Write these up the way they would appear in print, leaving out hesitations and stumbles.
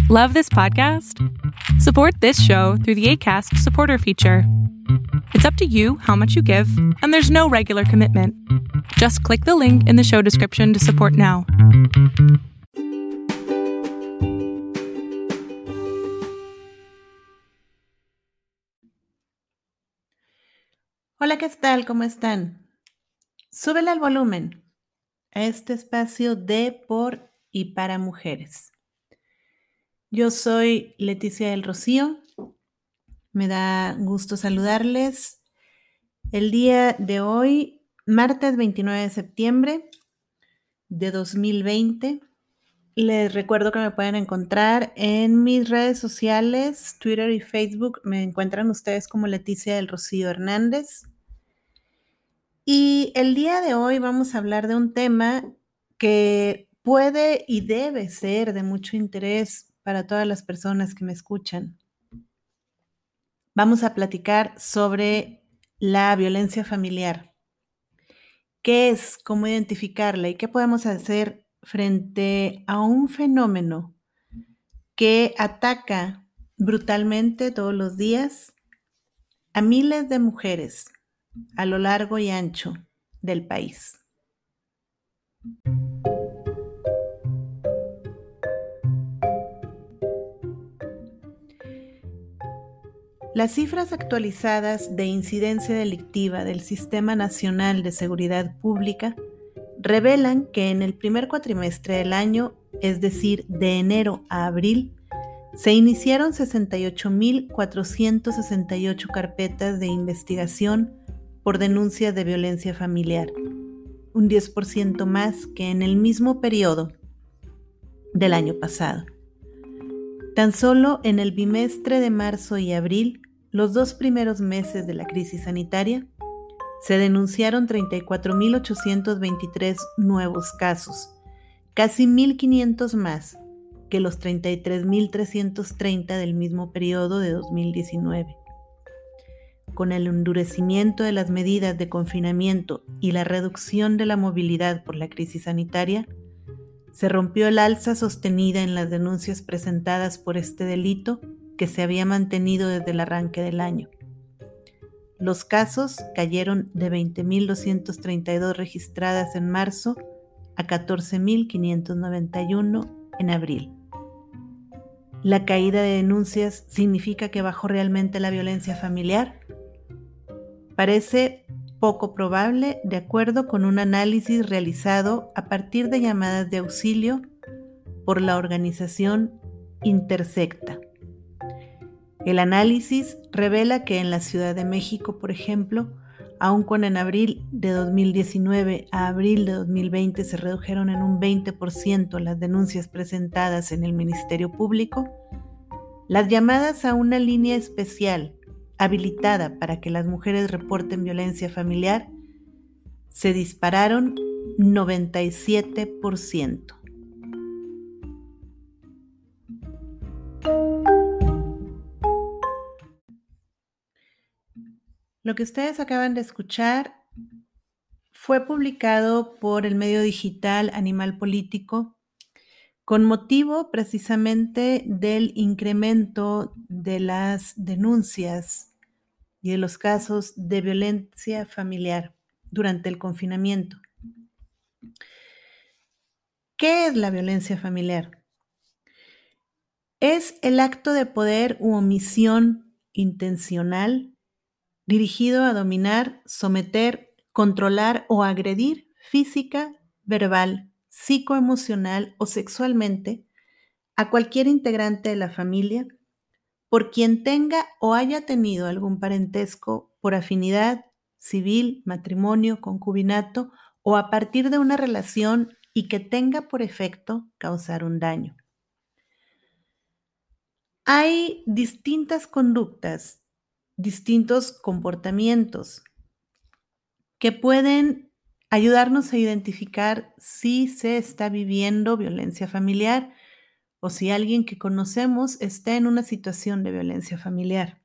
Love this podcast? Support this show through the Acast supporter feature. It's up to you how much you give, and there's no regular commitment. Just click the link in the show description to support now. Hola, ¿qué tal? ¿Cómo están? Súbele al volumen a este espacio de, por y para mujeres. Yo soy Leticia del Rocío. Me da gusto saludarles. El día de hoy, martes 29 de septiembre de 2020. Les recuerdo que me pueden encontrar en mis redes sociales, Twitter y Facebook. Me encuentran ustedes como Leticia del Rocío Hernández. Y el día de hoy vamos a hablar de un tema que puede y debe ser de mucho interés para todas las personas que me escuchan. Vamos a platicar sobre la violencia familiar. ¿Qué es? ¿Cómo identificarla? ¿Y qué podemos hacer frente a un fenómeno que ataca brutalmente todos los días a miles de mujeres a lo largo y ancho del país? Las cifras actualizadas de incidencia delictiva del Sistema Nacional de Seguridad Pública revelan que en el primer cuatrimestre del año, es decir, de enero a abril, se iniciaron 68.468 carpetas de investigación por denuncias de violencia familiar, un 10% más que en el mismo periodo del año pasado. Tan solo en el bimestre de marzo y abril, los dos primeros meses de la crisis sanitaria, se denunciaron 34.823 nuevos casos, casi 1.500 más que los 33.330 del mismo periodo de 2019. Con el endurecimiento de las medidas de confinamiento y la reducción de la movilidad por la crisis sanitaria, se rompió el alza sostenida en las denuncias presentadas por este delito que se había mantenido desde el arranque del año. Los casos cayeron de 20.232 registradas en marzo a 14.591 en abril. ¿La caída de denuncias significa que bajó realmente la violencia familiar? Parece poco probable, de acuerdo con un análisis realizado a partir de llamadas de auxilio por la organización Intersecta. El análisis revela que en la Ciudad de México, por ejemplo, aun cuando en abril de 2019 a abril de 2020 se redujeron en un 20% las denuncias presentadas en el Ministerio Público, las llamadas a una línea especial habilitada para que las mujeres reporten violencia familiar se dispararon 97%. Lo que ustedes acaban de escuchar fue publicado por el medio digital Animal Político con motivo precisamente del incremento de las denuncias y de los casos de violencia familiar durante el confinamiento. ¿Qué es la violencia familiar? Es el acto de poder u omisión intencional dirigido a dominar, someter, controlar o agredir física, verbal, psicoemocional o sexualmente a cualquier integrante de la familia por quien tenga o haya tenido algún parentesco por afinidad, civil, matrimonio, concubinato o a partir de una relación y que tenga por efecto causar un daño. Hay distintas conductas, distintos comportamientos que pueden ayudarnos a identificar si se está viviendo violencia familiar o si alguien que conocemos está en una situación de violencia familiar.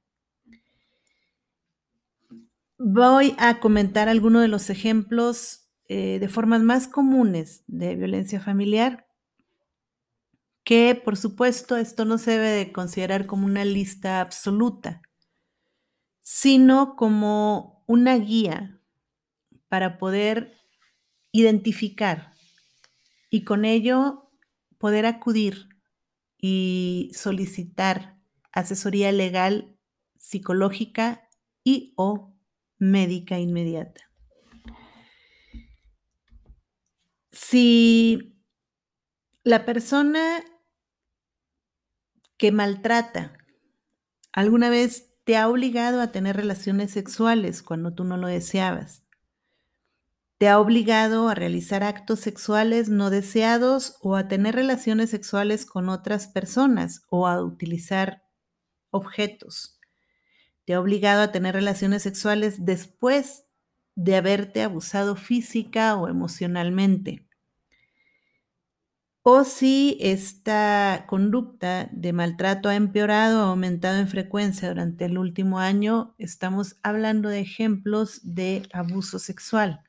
Voy a comentar algunos de los ejemplos de formas más comunes de violencia familiar que por supuesto esto no se debe de considerar como una lista absoluta, sino como una guía para poder identificar y con ello poder acudir y solicitar asesoría legal, psicológica y o médica inmediata. Si la persona que maltrata alguna vez te ha obligado a tener relaciones sexuales cuando tú no lo deseabas, te ha obligado a realizar actos sexuales no deseados o a tener relaciones sexuales con otras personas o a utilizar objetos, te ha obligado a tener relaciones sexuales después de haberte abusado física o emocionalmente. O si esta conducta de maltrato ha empeorado o aumentado en frecuencia durante el último año, estamos hablando de ejemplos de abuso sexual.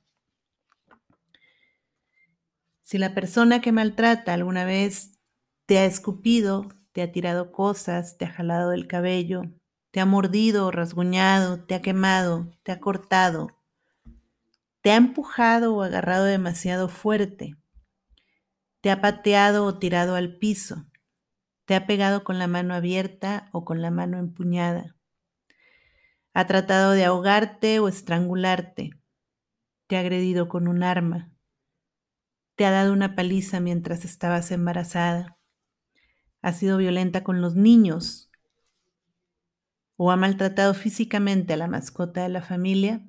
Si la persona que maltrata alguna vez te ha escupido, te ha tirado cosas, te ha jalado del cabello, te ha mordido o rasguñado, te ha quemado, te ha cortado, te ha empujado o agarrado demasiado fuerte, te ha pateado o tirado al piso, te ha pegado con la mano abierta o con la mano empuñada, ha tratado de ahogarte o estrangularte, te ha agredido con un arma, te ha dado una paliza mientras estabas embarazada, ha sido violenta con los niños o ha maltratado físicamente a la mascota de la familia,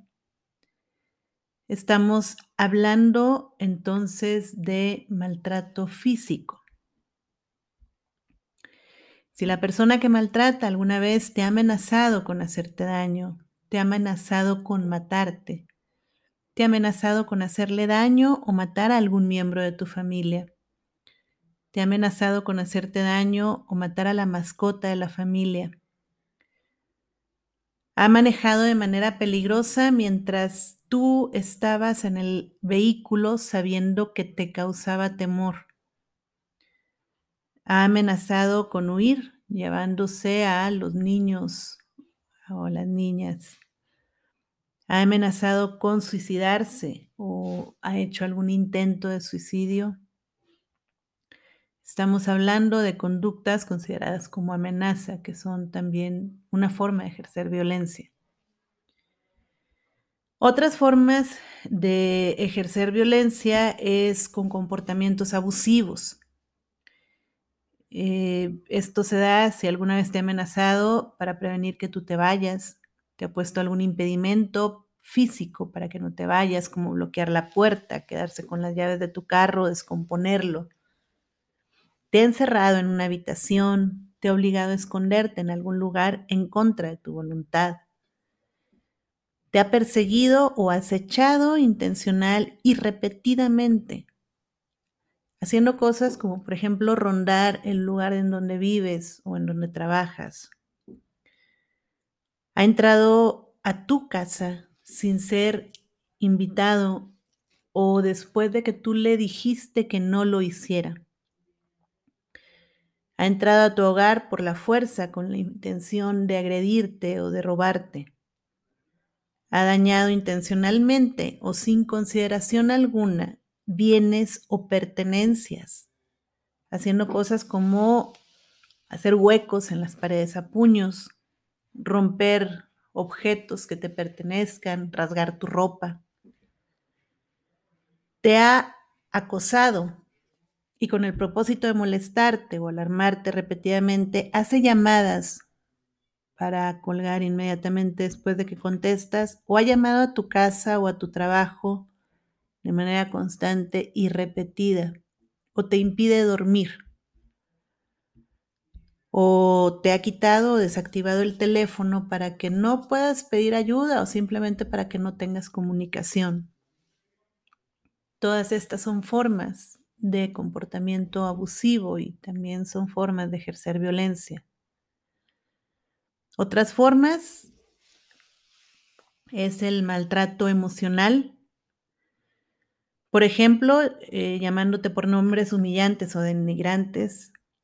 estamos hablando entonces de maltrato físico. Si la persona que maltrata alguna vez te ha amenazado con hacerte daño, te ha amenazado con matarte, te ha amenazado con hacerle daño o matar a algún miembro de tu familia, te ha amenazado con hacerte daño o matar a la mascota de la familia, ha manejado de manera peligrosa mientras tú estabas en el vehículo sabiendo que te causaba temor, ha amenazado con huir llevándose a los niños o las niñas, ha amenazado con suicidarse o ha hecho algún intento de suicidio. Estamos hablando de conductas consideradas como amenaza, que son también una forma de ejercer violencia. Otras formas de ejercer violencia es con comportamientos abusivos. Esto se da si alguna vez te ha amenazado para prevenir que tú te vayas, te ha puesto algún impedimento físico para que no te vayas, como bloquear la puerta, quedarse con las llaves de tu carro, descomponerlo. Te ha encerrado en una habitación, te ha obligado a esconderte en algún lugar en contra de tu voluntad. Te ha perseguido o acechado intencional y repetidamente, haciendo cosas como, por ejemplo, rondar el lugar en donde vives o en donde trabajas. Ha entrado a tu casa sin ser invitado o después de que tú le dijiste que no lo hiciera. Ha entrado a tu hogar por la fuerza con la intención de agredirte o de robarte. Ha dañado intencionalmente o sin consideración alguna bienes o pertenencias, haciendo cosas como hacer huecos en las paredes a puños, romper objetos que te pertenezcan, rasgar tu ropa. Te ha acosado y con el propósito de molestarte o alarmarte repetidamente, hace llamadas para colgar inmediatamente después de que contestas, o ha llamado a tu casa o a tu trabajo de manera constante y repetida, o te impide dormir, o te ha quitado o desactivado el teléfono para que no puedas pedir ayuda o simplemente para que no tengas comunicación. Todas estas son formas de comportamiento abusivo y también son formas de ejercer violencia. Otras formas es el maltrato emocional. Por ejemplo, llamándote por nombres humillantes o denigrantes,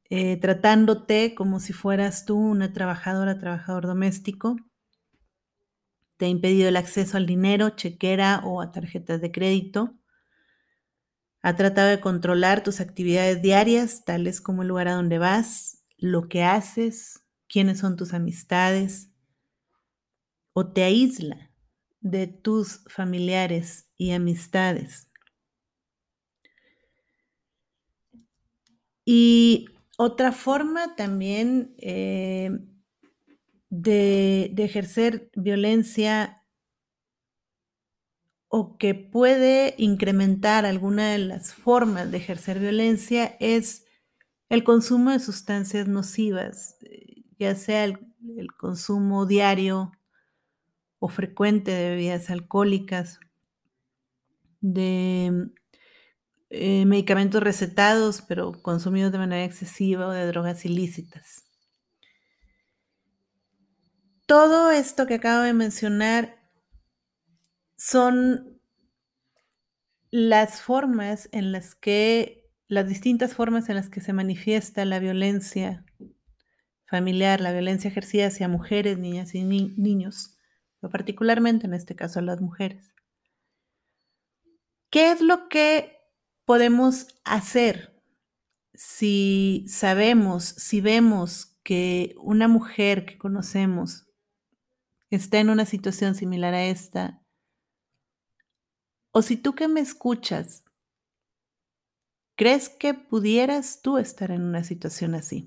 tratándote como si fueras tú una trabajadora, trabajador doméstico. Te ha impedido el acceso al dinero, chequera o a tarjetas de crédito. Ha tratado de controlar tus actividades diarias, tales como el lugar a donde vas, lo que haces, quiénes son tus amistades, o te aísla de tus familiares y amistades. Y otra forma también de ejercer violencia o que puede incrementar alguna de las formas de ejercer violencia es el consumo de sustancias nocivas, ya sea el consumo diario o frecuente de bebidas alcohólicas, de medicamentos recetados pero consumidos de manera excesiva o de drogas ilícitas. Todo esto que acabo de mencionar son las formas en las que, las distintas formas en las que se manifiesta la violencia familiar, la violencia ejercida hacia mujeres, niñas y niños, pero particularmente en este caso a las mujeres. ¿Qué es lo que podemos hacer si sabemos, si vemos que una mujer que conocemos está en una situación similar a esta? O si tú que me escuchas, ¿crees que pudieras tú estar en una situación así?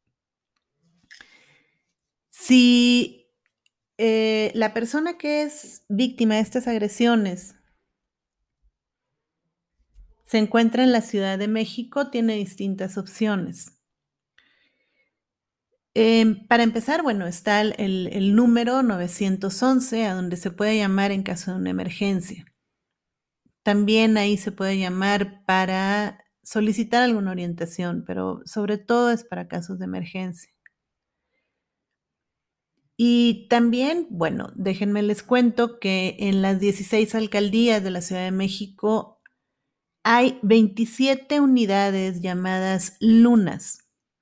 Si la persona que es víctima de estas agresiones se encuentra en la Ciudad de México, tiene distintas opciones. Para empezar, bueno, está el número 911 a donde se puede llamar en caso de una emergencia. También ahí se puede llamar para solicitar alguna orientación, pero sobre todo es para casos de emergencia. Y también, bueno, déjenme les cuento que en las 16 alcaldías de la Ciudad de México hay 27 unidades llamadas lunas.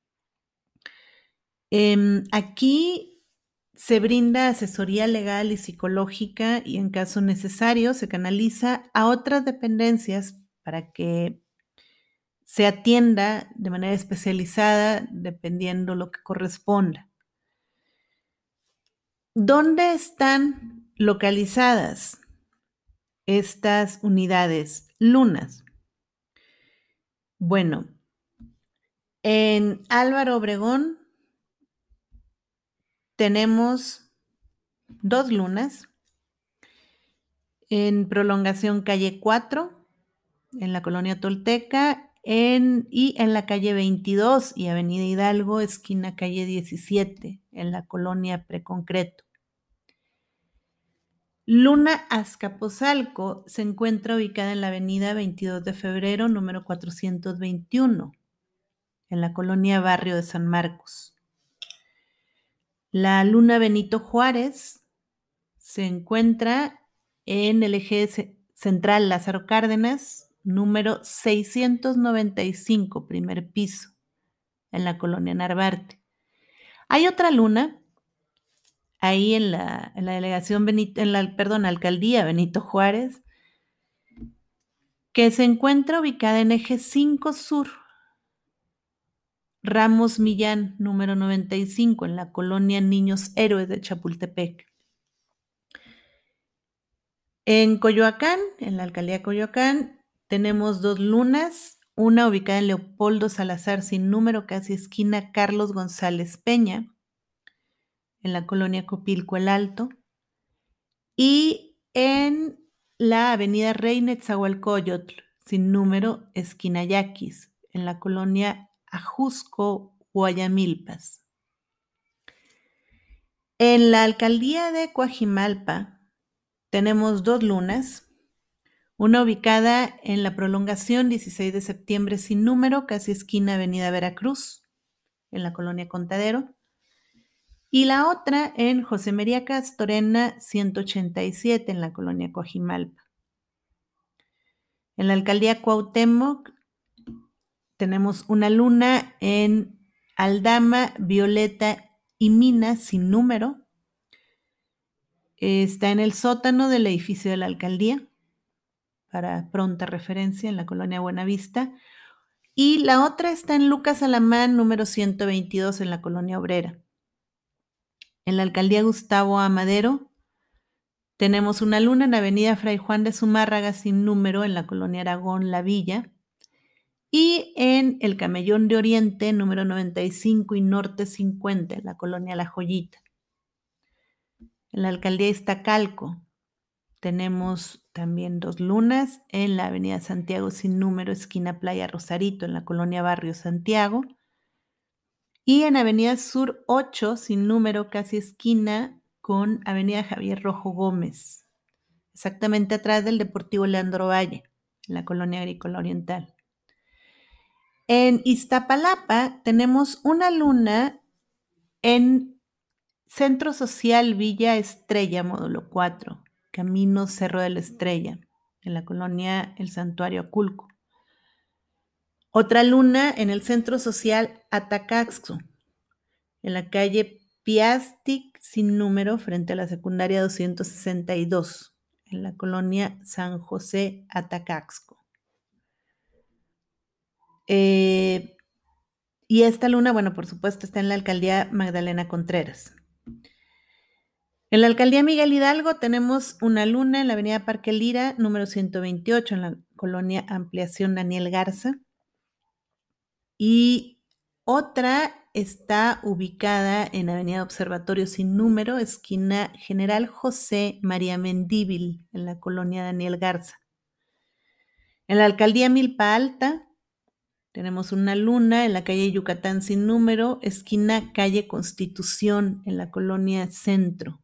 Aquí se brinda asesoría legal y psicológica y en caso necesario se canaliza a otras dependencias para que se atienda de manera especializada dependiendo lo que corresponda. ¿Dónde están localizadas estas unidades lunas? Bueno, en Álvaro Obregón tenemos 2 lunas, en Prolongación Calle 4, en la colonia Tolteca, y en la calle 22 y Avenida Hidalgo, esquina calle 17, en la colonia Preconcreto. Luna Azcapotzalco se encuentra ubicada en la avenida 22 de febrero, número 421, en la colonia Barrio de San Marcos. La Luna Benito Juárez se encuentra en el eje central Lázaro Cárdenas, número 695, primer piso, en la colonia Narvarte. Hay otra luna ahí en la delegación alcaldía Benito Juárez, que se encuentra ubicada en eje 5 Sur, Ramos Millán, número 95, en la colonia Niños Héroes de Chapultepec. En Coyoacán, en la alcaldía Coyoacán, tenemos 2 lunas, una ubicada en Leopoldo Salazar sin número, casi esquina Carlos González Peña, en la colonia Copilco el Alto, y en la avenida Rey Netzahualcóyotl, sin número, esquina Yaquis, en la colonia Ajusco, Guayamilpas. En la alcaldía de Coajimalpa tenemos 2 lunas, una ubicada en la prolongación 16 de septiembre sin número, casi esquina avenida Veracruz, en la colonia Contadero, y la otra en José María Castorena 187, en la colonia Coajimalpa. En la alcaldía Cuauhtémoc tenemos una luna en Aldama, Violeta y Mina sin número. Está en el sótano del edificio de la alcaldía, para pronta referencia, en la colonia Buenavista. Y la otra está en Lucas Alamán, número 122, en la colonia Obrera. En la alcaldía Gustavo Amadero tenemos una luna en avenida Fray Juan de Zumárraga sin número, en la colonia Aragón, La Villa. Y en el Camellón de Oriente, número 95 y Norte 50, en la colonia La Joyita. En la alcaldía Iztacalco tenemos también 2 lunas en la avenida Santiago sin número, esquina Playa Rosarito, en la colonia Barrio Santiago. Y en avenida Sur 8 sin número, casi esquina con avenida Javier Rojo Gómez, exactamente atrás del Deportivo Leandro Valle, en la colonia Agrícola Oriental. En Iztapalapa tenemos una luna en Centro Social Villa Estrella, módulo 4, Camino Cerro de la Estrella, en la colonia El Santuario Aculco. Otra luna en el Centro Social Atacaxco, en la calle Piastic sin número, frente a la secundaria 262, en la colonia San José Atacaxco. Y esta luna, bueno, por supuesto, está en la alcaldía Magdalena Contreras. En la alcaldía Miguel Hidalgo tenemos una luna en la avenida Parque Lira, número 128, en la colonia Ampliación Daniel Garza. Y otra está ubicada en avenida Observatorio sin número, esquina General José María Mendíbil, en la colonia Daniel Garza. En la alcaldía Milpa Alta tenemos una luna en la calle Yucatán sin número, esquina calle Constitución, en la colonia Centro.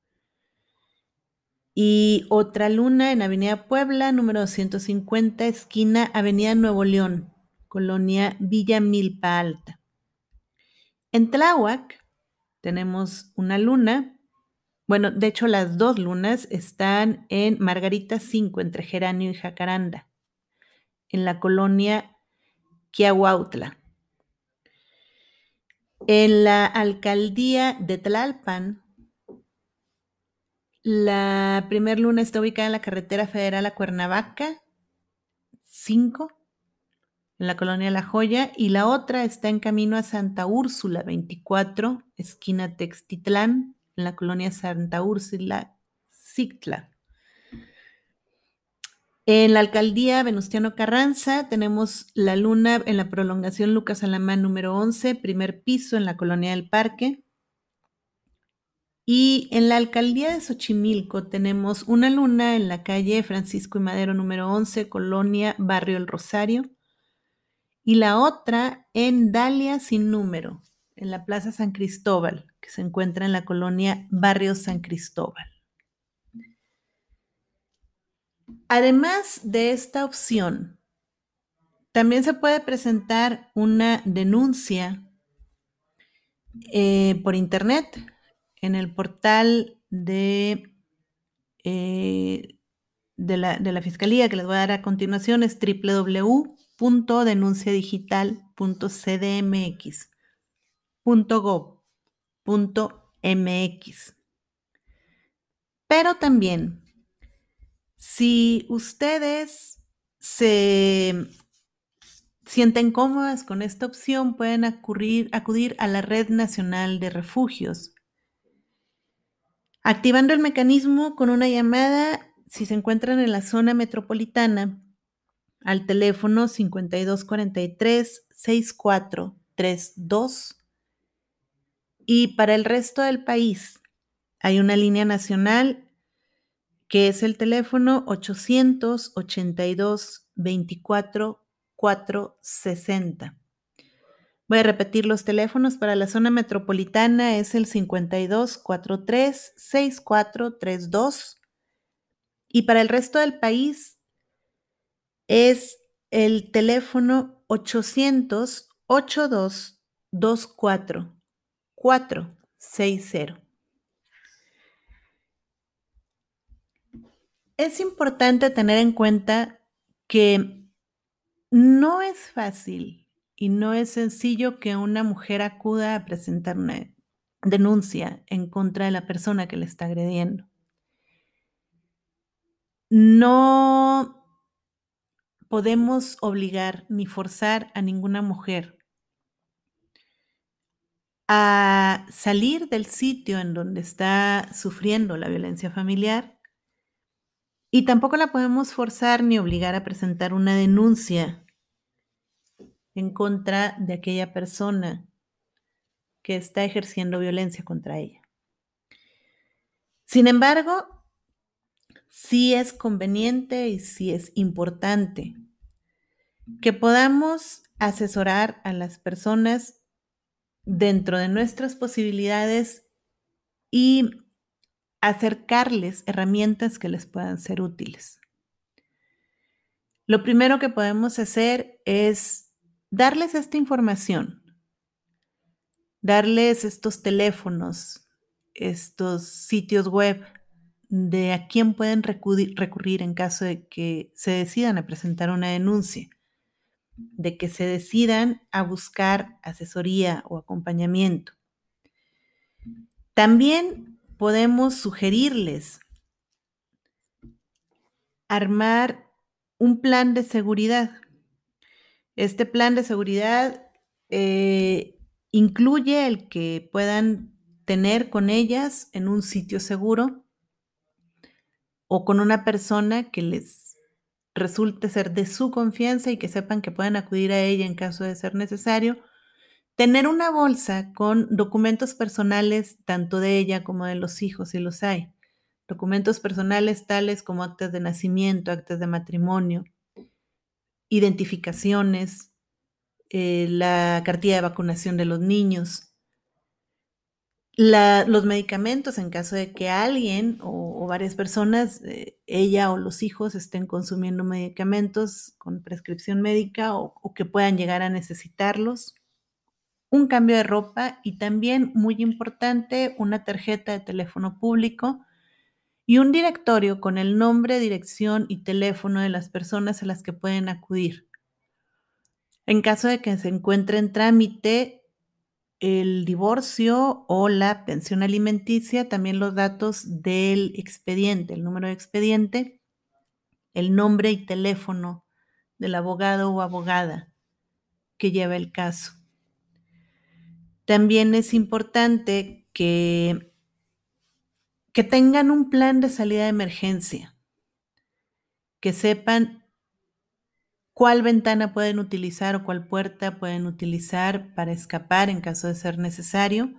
Y otra luna en avenida Puebla, número 250, esquina avenida Nuevo León, colonia Villa Milpa Alta. En Tláhuac tenemos una luna, bueno, de hecho las 2 lunas están en Margarita 5, entre Geranio y Jacaranda, en la colonia Quiahuautla. En la alcaldía de Tlalpan, la primer luna está ubicada en la carretera federal a Cuernavaca 5, en la colonia La Joya, y la otra está en camino a Santa Úrsula 24, esquina Textitlán, en la colonia Santa Úrsula, Xictla. En la alcaldía Venustiano Carranza tenemos la luna en la prolongación Lucas Alamán número 11, primer piso, en la colonia del Parque. Y en la alcaldía de Xochimilco tenemos una luna en la calle Francisco y Madero número 11, colonia Barrio El Rosario. Y la otra en Dalia sin número, en la Plaza San Cristóbal, que se encuentra en la colonia Barrio San Cristóbal. Además de esta opción, también se puede presentar una denuncia por internet en el portal de la Fiscalía, que les voy a dar a continuación, es www.denunciadigital.cdmx.gov.mx. Pero también, si ustedes se sienten cómodas con esta opción, pueden acudir a la Red Nacional de Refugios, activando el mecanismo con una llamada, si se encuentran en la zona metropolitana, al teléfono 5243-6432. Y para el resto del país hay una línea nacional que es el teléfono 882-24-460. Voy a repetir los teléfonos. Para la zona metropolitana es el 5243-6432. Y para el resto del país es el teléfono 800-8224-460. Es importante tener en cuenta que no es fácil y no es sencillo que una mujer acuda a presentar una denuncia en contra de la persona que le está agrediendo. No podemos obligar ni forzar a ninguna mujer a salir del sitio en donde está sufriendo la violencia familiar y tampoco la podemos forzar ni obligar a presentar una denuncia en contra de aquella persona que está ejerciendo violencia contra ella. Sin embargo, sí es conveniente y sí es importante que podamos asesorar a las personas dentro de nuestras posibilidades y acercarles herramientas que les puedan ser útiles. Lo primero que podemos hacer es darles esta información, darles estos teléfonos, estos sitios web de a quién pueden recurrir en caso de que se decidan a presentar una denuncia, de que se decidan a buscar asesoría o acompañamiento. También podemos sugerirles armar un plan de seguridad. Este plan de seguridad incluye el que puedan tener con ellas en un sitio seguro o con una persona que les resulte ser de su confianza y que sepan que pueden acudir a ella en caso de ser necesario. Tener una bolsa con documentos personales tanto de ella como de los hijos, si los hay. Documentos personales tales como actas de nacimiento, actas de matrimonio, identificaciones, la cartilla de vacunación de los niños, los medicamentos en caso de que alguien o varias personas, ella o los hijos, estén consumiendo medicamentos con prescripción médica o que puedan llegar a necesitarlos. Un cambio de ropa y también, muy importante, una tarjeta de teléfono público y un directorio con el nombre, dirección y teléfono de las personas a las que pueden acudir. En caso de que se encuentre en trámite el divorcio o la pensión alimenticia, también los datos del expediente, el número de expediente, el nombre y teléfono del abogado o abogada que lleva el caso. También es importante que tengan un plan de salida de emergencia, que sepan cuál ventana pueden utilizar o cuál puerta pueden utilizar para escapar en caso de ser necesario.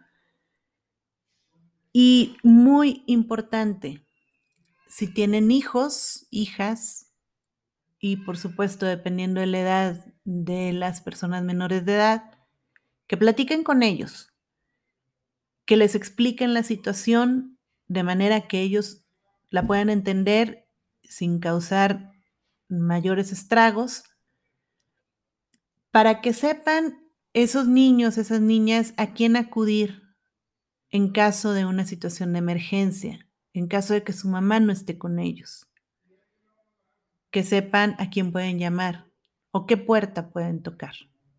Y muy importante, si tienen hijos, hijas, y por supuesto dependiendo de la edad de las personas menores de edad, que platiquen con ellos, que les expliquen la situación de manera que ellos la puedan entender sin causar mayores estragos, para que sepan esos niños, esas niñas, a quién acudir en caso de una situación de emergencia, en caso de que su mamá no esté con ellos, que sepan a quién pueden llamar o qué puerta pueden tocar.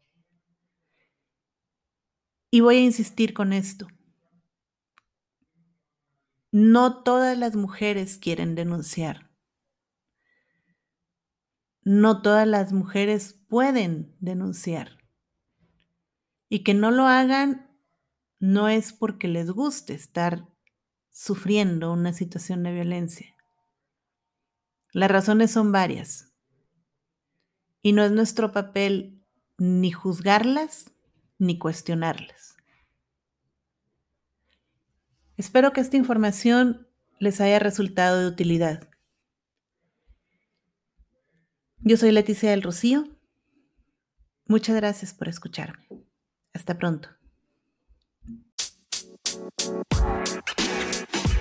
Y voy a insistir con esto. No todas las mujeres quieren denunciar. No todas las mujeres pueden denunciar. Y que no lo hagan no es porque les guste estar sufriendo una situación de violencia. Las razones son varias. Y no es nuestro papel ni juzgarlas ni cuestionarlas. Espero que esta información les haya resultado de utilidad. Yo soy Leticia del Rocío. Muchas gracias por escucharme. Hasta pronto.